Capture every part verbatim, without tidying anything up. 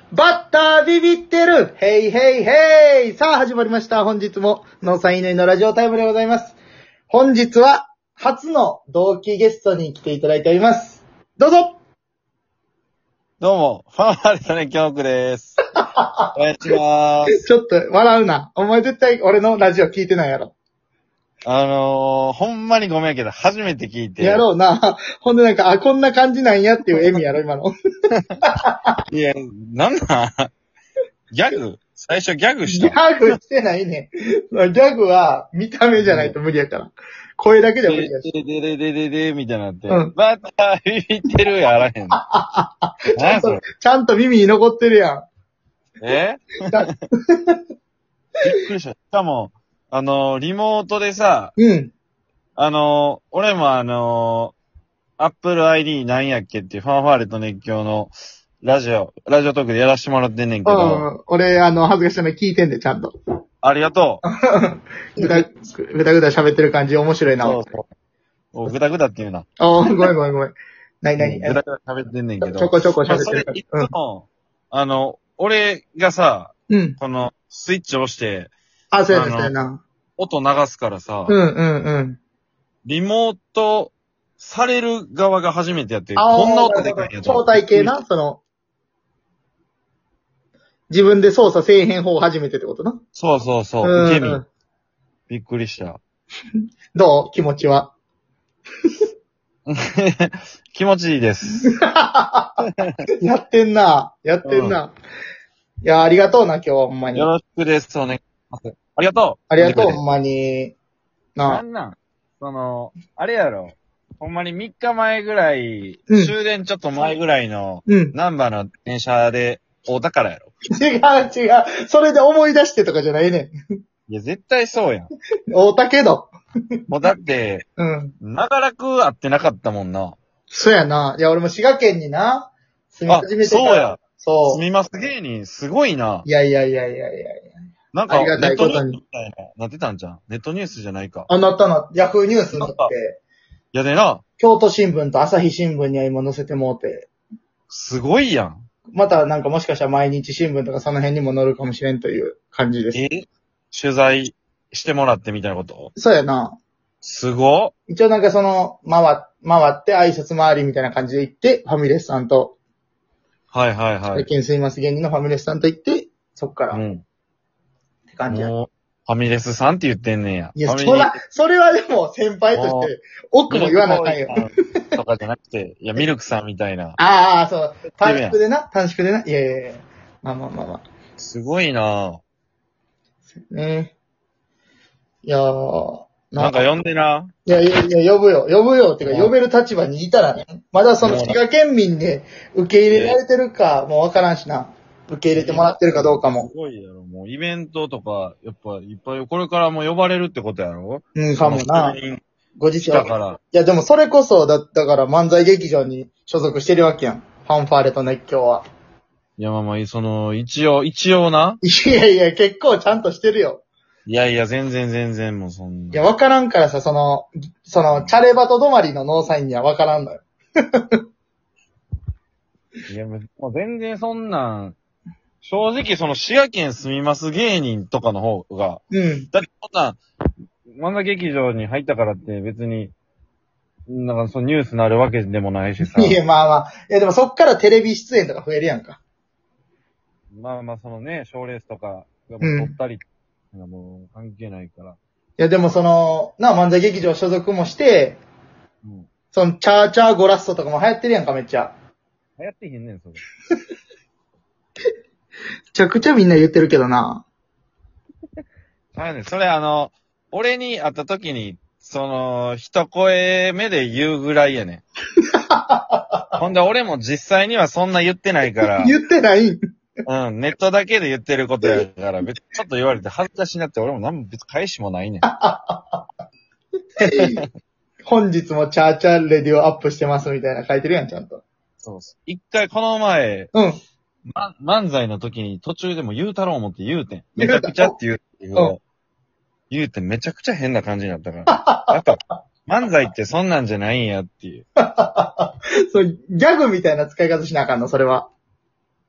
バッタービビってるヘイヘイヘイさあ始まりました。本日もノーサインのラジオタイムでございます。本日は初の同期ゲストに来ていただいております。どうぞ。 どうも、ファンハレトネキョークです。お願いしまーす。 ちょっと笑うな。お前絶対俺のラジオ聞いてないやろ。 あのー、ほんまにごめんやけど、初めて聞いて。 やろうな。ほんでなんか、あ、こんな感じなんやっていう笑みやろ、今の。 いや、なんなんギャグ最初ギャグしギた。 ャグしてないね。ギャグは見た目じゃないと無理やから。声だけでは無理やし。 ででででででみたいになって、 うん、 バッタービビってるやあらへん。 ちゃんと、ちゃんと耳に残ってるやん。 えびっくりした。しかも、あのー、リモートでさ、 うん。 あのー、俺もあのー、Apple アイディー なんやっけっていうファンファーレと熱狂のラジオ、ラジオトークでやらせてもらってんねんけど。 うん。俺、あの、恥ずかしいの聞いてんで、ちゃんと。 ありがとう。ぐだ、ぐだぐだ喋ってる感じ面白いな。 そうそう。おぐだぐだって言うな。 あーごめんごめんごめん。なになにぐだぐだ喋ってんねんけど。 ちょこちょこ喋ってるそれいつも、うん、あの、俺がさ、 うん。 このスイッチ押して、 あ、そうやな、そうやな。 音流すからさ、 うんうんうん。 リモートされる側が初めてやって、 あーこんな音でかいんやと。 招待系な、その、自分で操作せえへん方初めてってことな。 そうそうそう、 うん受け身。びっくりした。 どう気持ちは。 気持ちいいです。 やってんな。やってんな。うん、いや、ありがとうな、今日はほんまに。 よろしくです。お願いします。ありがとう。 ありがとう、ほんまに。 な。なんなんその、あれやろ。ほんまにみっかまえぐらい、うん、終電ちょっと前ぐらいの、うん。ナンバーの電車で会うたからやろ。 違う違う。それで思い出してとかじゃないねん。 いや、絶対そうやん。 会うたけど。 もうだって、うん。長らく会ってなかったもんな。 そうやな。いや、俺も滋賀県にな、住み始めてから。 そうや。 そう。 住みます芸人、すごいな。 いやいやいやいやいやいや。 なんか、ネットニュースみたいな、なってたんじゃん。ネットニュースじゃないか。 あ、なったな。ヤフーニュースになって。 いやでな。 京都新聞と朝日新聞には今載せてもうて。 すごいやん。 またなんかもしかしたら毎日新聞とかその辺にも載るかもしれんという感じです。 え取材してもらってみたいなこと？ そうやな。 すごっ。 一応なんかその、回、回って挨拶回りみたいな感じで行って、ファミレスさんと。 はいはいはい。 最近すいます芸人のファミレスさんと行って、そっから。うん。って感じや。 もう、ファミレスさんって言ってんねんや。 いや、そら、それはでも先輩として、奥も言わなあかんよ。 とかじゃなくて、いや、ミルクさんみたいな。 ああ、そう。短縮でな、短縮でな。いやいやいや。まあまあまあまあ。 すごいなぁ。ねいやー。 なんか呼んでな。 いやいやいや、呼ぶよ。呼ぶよ。ってか、呼べる立場にいたらね。まだその滋賀県民で受け入れられてるか、もうわからんしな。受け入れてもらってるかどうかも。 すごいやろ。もうイベントとか、やっぱいっぱい、これからも呼ばれるってことやろ？ うん、かもな。ご自身だから。 いや、でもそれこそ、だ、だから漫才劇場に所属してるわけやん。ファンファーレと熱狂は。 いや、まあまあ、その、一応、一応な。 いやいや、結構ちゃんとしてるよ。 いやいや、全然全然もうそんな。 いや、わからんからさ、その、その、チャレバト止まりのノーサインにはわからんのよ。 いや、もう全然そんなん、正直その滋賀県住みます芸人とかの方が、うん。だってそんな、漫才劇場に入ったからって別に、なんかそのニュースなるわけでもないしさ。 いや、まあまあ。いや、でもそっからテレビ出演とか増えるやんか。 まあまあ、そのね、賞レースとか、撮ったり、うん、もう関係ないから。いや、でもその、な、漫才劇場所属もして、うん、その、チャーチャーゴラッソとかも流行ってるやんか、めっちゃ。 流行ってへんねん、それ。 めちゃくちゃみんな言ってるけどな。 あね、それあの、俺に会った時に、その、一声目で言うぐらいやねん。ほんで俺も実際にはそんな言ってないから。 言ってないうん、ネットだけで言ってることやから、別にちょっと言われて恥ずかしいなって俺も何も別に返しもないねん。 本日もチャーチャーレディオアップしてますみたいな書いてるやん、ちゃんと。 そうそう。一回この前、 うん。 ま、漫才の時に途中でも言うたろう思って言うてん。めちゃくちゃって言うけど、言うてめちゃくちゃ変な感じになったから。やっぱ、漫才ってそんなんじゃないんやっていう。 そう、ギャグみたいな使い方しなあかんの、それは。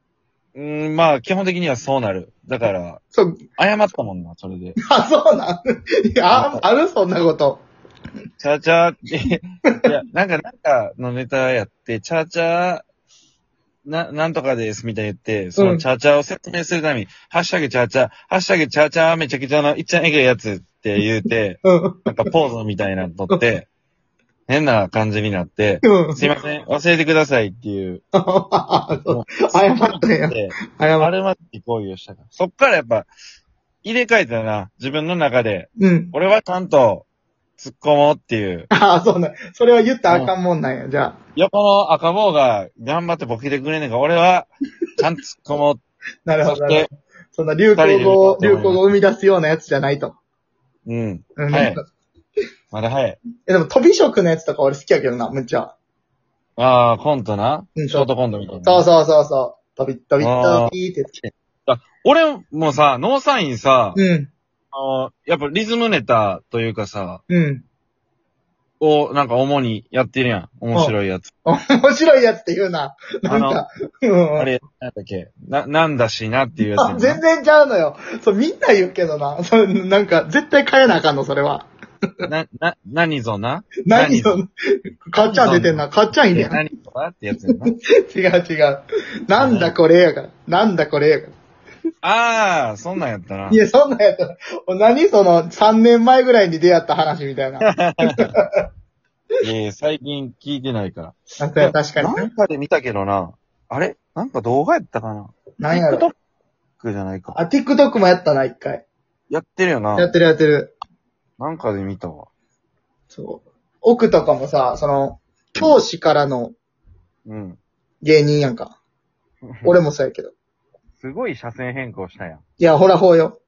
うーん、まあ、基本的にはそうなる。だから、 そう。 謝ったもんな、それで。 あ、そうなんいや、あ、あるそんなこと。 チャーチャーって、いや、なんか、なんかのネタやって、チャーチャー、な、なんとかです、みたいに言って、そのチャーチャーを説明するために、ハッシュタグチャーチャー、ハッシュタグチャーチャーめちゃくちゃな、いっちゃんえげえやつって言うて、 うん。 なんかポーズみたいなの撮って、変な感じになって、 うん。 すいません、忘れてくださいっていう、もう、 謝ったんや。 で、 謝っあれまで行為をしたから。そっからやっぱ、入れ替えたな、自分の中で。 うん。 俺はちゃんと、突っ込もうっていう。 ああ、そうなん。それは言ったらあかんもんなんや、じゃあ。 横の赤坊が頑張ってボケてくれねえから、俺は、ちゃんと突っ込もう。 なるほど。 そして、 そんな流行語を、流行語を生み出すようなやつじゃないと。 うん。 うん。 早い。まだ早い。 え、でも飛び職のやつとか俺好きやけどな、むっちゃ。 ああ、コントな。 うんショートコントみたいな。 そうそうそうそう。飛び、飛び、飛びってやつ。 あ、俺もさ、ノーサインさ、 うん。 あのやっぱリズムネタというかさ、 うん。 をなんか主にやってるやん。面白いやつ。 面白いやつって言うな。なんか、うんあれ、なんだっけな、なんだしなっていうやつやあ、 んな。 全然ちゃうのよ。そう、みんな言うけどな。そう、なんか、絶対変えなあかんの、それは。 な、な、何ぞな何ぞ、かっちゃん出てんな。かっちゃんいるやん。 何ぞなってやつやんな。 違う違う。なんだこれやから。なんだこれやから。 ああ、そんなんやったな。 いや、そんなんやったら、何そのさんねんまえぐらいに出会った話みたいな。 いやいや、最近聞いてないから。 あ、そうや、確かになんね。 かで見たけどな。あれなんか動画やったかな。 なんやろ。 TikTok じゃないか。 あ、TikTok もやったな、一回。 やってるよな。 やってるやってる。 なんかで見たわ。 そう。奥とかもさ、その、教師からのうん。 芸人やんか。俺もそうやけど。 すごい車線変更したやん。 いや、ほらほうよ。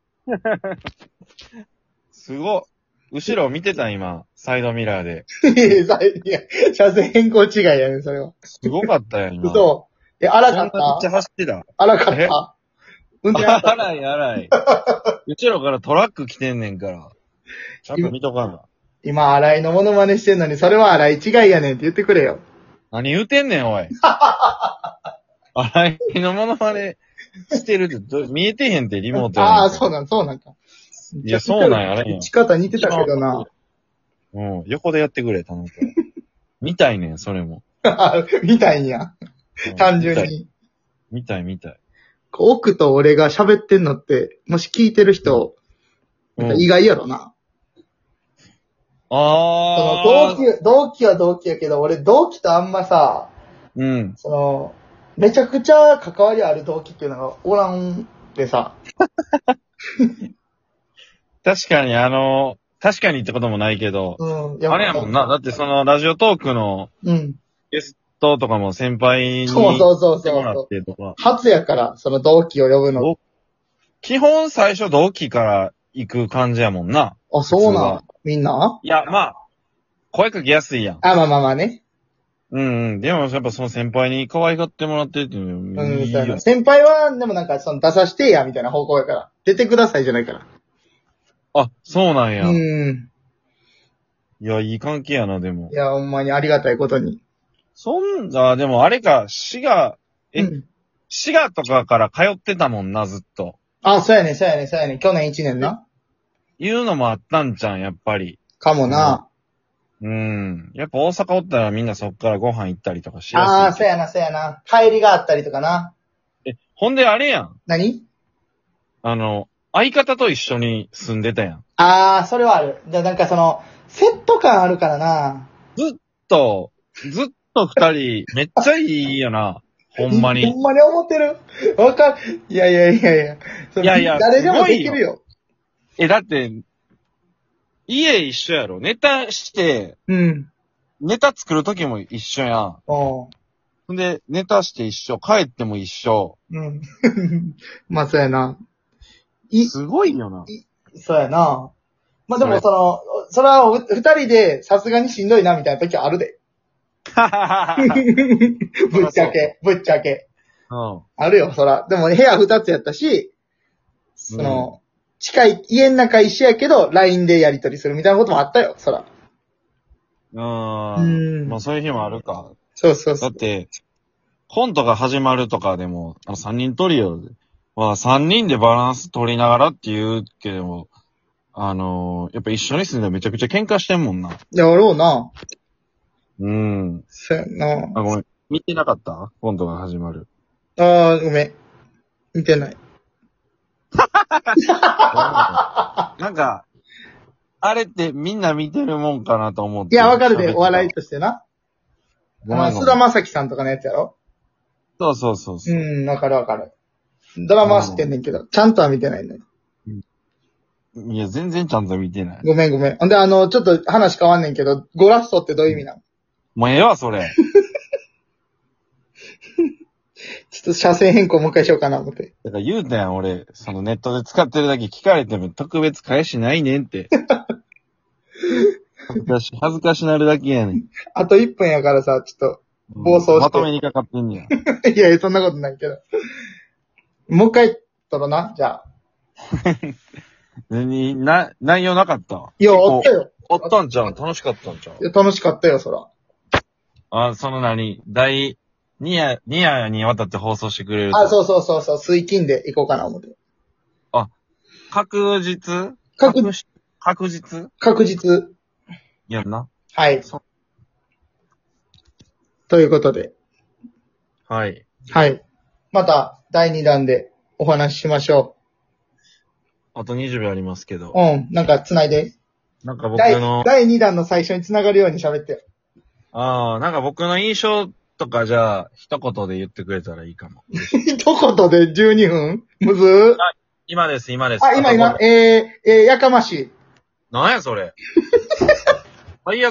すごっ。後ろ見てた今、サイドミラーで。 いや、車線変更違いやねん、それは。 すごかったやん、今。 嘘。え、荒かっそんなめっちゃた走ってた。 荒かっえた運転荒かっ荒い荒い。後ろからトラック来てんねんから。ちゃんと見とかな。 今、荒井のモノマネしてんのに、それは荒井違いやねんって言ってくれよ。 何言うてんねん、おい。荒いのモノマネしてるってど、見えてへんって、リモートやねんああ、そうなん、そうなんか。 いや、そうなんや、あれや打ち方似てたけどな。 うん、横でやってくれ、頼むから。見たいねん、それも。 みたいんや。 うん単純に。 見たい、見たい。 奥と俺が喋ってんのって、もし聞いてる人、 うんなんか意外やろな。そのあー。 同期、同期は同期やけど、俺同期とあんまさ、 うん。 その、めちゃくちゃ関わりある同期っていうのがおらんでさ。 確かに、あの、確かにってこともないけど、 うん。いやあれやもんな。だってその、ラジオトークのうん。 ゲストとかも先輩にそうそうそう来てもらそう。 ってとか。 初やから、その同期を呼ぶの。 ど基本最初同期から行く感じやもんな。 あ、そうな普通はんみんないや、まあ、声かけやすいやん。 あ、まあまあまあね。 うんうん。でもやっぱその先輩に可愛がってもらってるっていうのうん、 いいよそうやな。。先輩は、でもなんか、その出さしてや、みたいな方向やから。出てくださいじゃないから。 あ、そうなんや。いうん。 や、いい関係やな、でもい。や、ほんまにありがたいことに。 そんな、でもあれか、滋賀、え、 うん。 滋賀とかから通ってたもんな、ずっと。 あ、そうやね、そうやね、そうやね。去年一年な。 いうのもあったんじゃん、やっぱり。 かもな。 うん。やっぱ大阪おったらみんなそっからご飯行ったりとかしやすい。 ああ、そうやな、そうやな。帰りがあったりとかな。 え、ほんであれやん。 何あの、相方と一緒に住んでたやん。 ああ、それはある。じゃあなんかその、セット感あるからな。 ずっと、ずっと二人、めっちゃいいよな。ほんまに。 ほんまに思ってるわかる。いやいやいやいや。 いやいや誰でもすごいよできるよ。 え、だって、家一緒やろ。ネタして、 うん。 ネタ作るときも一緒やん。 おう。 ほんで、ネタして一緒、帰っても一緒。 うん。まあ、そうやな。い、 すごいよな。 そうやな。まあでもその、それはお二人でさすがにしんどいなみたいな時はあるで。ぶっちゃけ、ぶっちゃけ。 うん。 あるよ、そら。でも部屋二つやったし、その、近い、家の中一緒やけど、ライン でやり取りするみたいなこともあったよ、そら。 うん。 うんまあそういう日もあるか。 そうそうそう。 だって、 コントが始まるとかでも、あの三人トリオは三人でバランス取りながらって言うけども、あのー、やっぱ一緒に住んでめちゃくちゃ喧嘩してんもんな。 やろうな。 うん。 そうやな。 あ、ごめん。見てなかったコントが始まる。 あー、ごめん。見てない。 なんか、あれってみんな見てるもんかなと思って。 いや、わかるで、お笑いとしてな。 ごめん。 菅田将暉さんとかのやつやろ？ そうそうそうそう。 うん、わかるわかる。ドラマは知ってんねんけど、ちゃんとは見てないのよ。 いや、全然ちゃんと見てない。 ごめんごめん。ほんで、あの、ちょっと話変わんねんけど、ゴラストってどういう意味なの？ もうええわ、それ。 ちょっと車線変更もう一回しようかな思って。 だから言うたやん、俺。そのネットで使ってるだけ聞かれても特別返しないねんって。恥ずかし、恥ずかしなるだけやねん。 あといっぷんやからさ、ちょっと、暴走して。 まとめにかかってんねや。いやいや、そんなことないけど。もう一回撮ろうな、じゃあ。 何、な、内容なかった？ いや、あったよ。 あったんちゃう？楽しかったんちゃう？ いや、楽しかったよ、そら。 あ、その何第に夜、に夜にわたって放送してくれる。 あ、そうそうそうそう、水金で行こうかな思って。 あ、確実確実確実確実。 やんな。 はい。ということで。 はい。 はい。また、だいにだんでお話ししましょう。あとにじゅうびょうありますけど。 うん。なんか繋いで。 なんか僕の。 だいにだんの最初に繋がるように喋ってよ。 ああ、なんか僕の印象とかじゃあ、一言で言ってくれたらいいかも。 一言でじゅうにふんむずーあ、今です、今です。 あ、今今、えー、えー、やかましい。 なんやそれ。最悪。